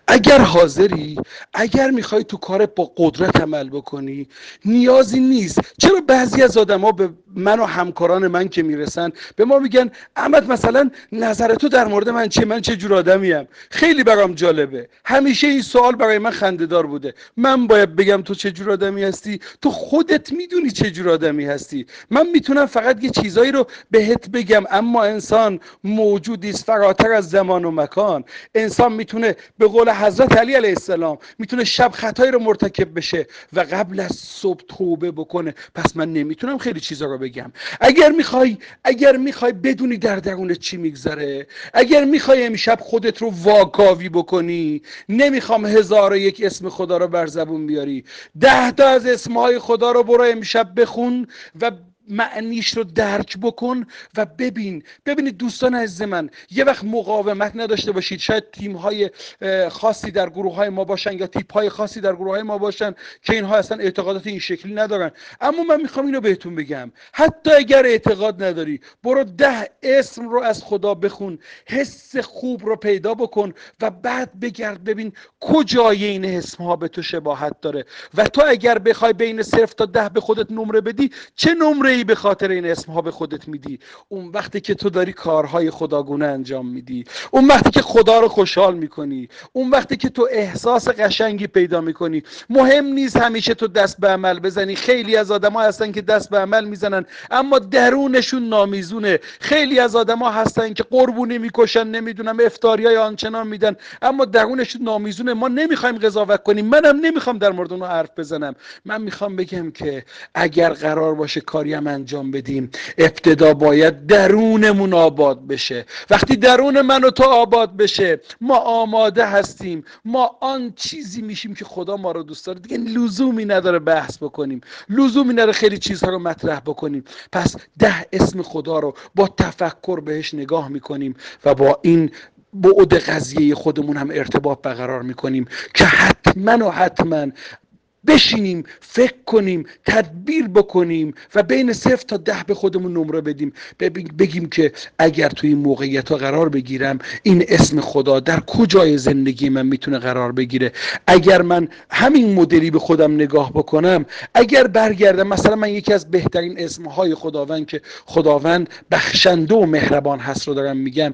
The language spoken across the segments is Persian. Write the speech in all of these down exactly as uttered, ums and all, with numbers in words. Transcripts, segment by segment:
اگر حاضری، اگر میخوای تو کارت با قدرت عمل بکنی، نیازی نیست. چرا بعضی از آدما به من و همکاران من که میرسن به ما میگن احمد مثلا نظر تو در مورد من چیه، من چه جور آدمیم؟ خیلی برام جالبه، همیشه این سوال برای من خنده‌دار بوده. من باید بگم تو چه جور آدمی هستی؟ تو خودت میدونی چه جور آدمی هستی. من میتونم فقط یه چیزایی رو بهت بگم، اما انسان موجودی است فراتر از زمان و مکان. انسان میتونه به قول حضرت علی علیه السلام میتونه شب خطایی رو مرتکب بشه و قبل از صبح توبه بکنه. پس من نمیتونم خیلی چیزا رو بگم. اگر میخوای اگر میخوای بدونی در درونت چی میگذره، اگر میخوای امشب خودت رو واکاوی بکنی، نمیخوام هزار و یک اسم خدا رو بر زبون بیاری، ده تا از اسمهای خدا رو برو امشب بخون و معنیش رو درک بکن و ببین. ببینید دوستان عزیز من، یه وقت مقاومت نداشته باشید. شاید تیم های خاصی در گروه های ما باشن یا تیپ های خاصی در گروه های ما باشن که اینها اصلا اعتقادات این شکلی ندارن، اما من میخوام اینو بهتون بگم، حتی اگر اعتقاد نداری، برو ده اسم رو از خدا بخون، حس خوب رو پیدا بکن و بعد بگرد ببین کجای این اسم ها به تو شباهت داره. و تو اگر بخوای بین صفر تا ده به خودت نمره بدی، چه نمره ای به خاطر این اسم ها به خودت میدی؟ اون وقتی که تو داری کارهای خداگونه انجام میدی، اون وقتی که خدا رو خوشحال میکنی، اون وقتی که تو احساس قشنگی پیدا میکنی. مهم نیست همیشه تو دست به عمل بزنی. خیلی از آدما هستن که دست به عمل میزنن اما درونشون نامیزونه. خیلی از آدما هستن که قربونی میکشن، نمیدونم افطاریای آنچنان میدن، اما درونشون نامیزونه. ما نمیخوایم قضاوت کنیم، منم نمیخوام در مورد اونها حرف بزنم. من میخوام بگم که اگر قرار باشه کاری هم انجام بدیم، ابتدا باید درونمون آباد بشه. وقتی درون من و تو آباد بشه، ما آماده هستیم، ما آن چیزی میشیم که خدا ما رو دوست داره. دیگه لزومی نداره بحث بکنیم، لزومی نداره خیلی چیزها رو مطرح بکنیم. پس ده اسم خدا رو با تفکر بهش نگاه میکنیم و با این بعد قضیه خودمون هم ارتباط برقرار میکنیم که حتما و حتما بشینیم، فکر کنیم، تدبیر بکنیم و بین صفر تا ده به خودمون نمره بدیم. بگیم که اگر توی این موقعیت ها قرار بگیرم، این اسم خدا در کجای زندگی من میتونه قرار بگیره؟ اگر من همین مدلی به خودم نگاه بکنم، اگر برگردم، مثلا من یکی از بهترین اسمهای خداوند که خداوند بخشنده و مهربان هست رو دارم میگم،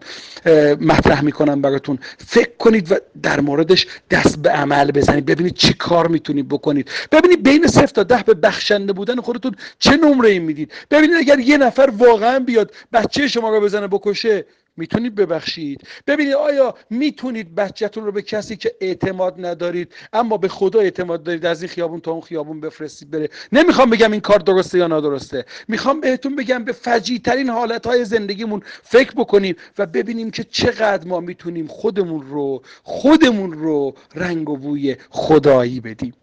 مطرح میکنم براتون. فکر کنید و در موردش دست به عمل بزنید، ببینید چی کار میتونید بکنید. ببینید بین صفر تا ده به بخشنده بودن خودتون چه نمره ای میدید. ببینید اگر یه نفر واقعا بیاد بچه شما رو بزنه بکشه، میتونید ببخشید؟ ببینید آیا میتونید بچه‌تون رو به کسی که اعتماد ندارید اما به خدا اعتماد دارید از این خیابون تا اون خیابون بفرستید بره؟ نمیخوام بگم این کار درسته یا نادرسته، میخوام بهتون بگم به فجیع ترین حالتهای زندگیمون فکر بکنیم و ببینیم که چقدر ما میتونیم خودمون رو خودمون رو رنگ و بوی خدایی بدیم.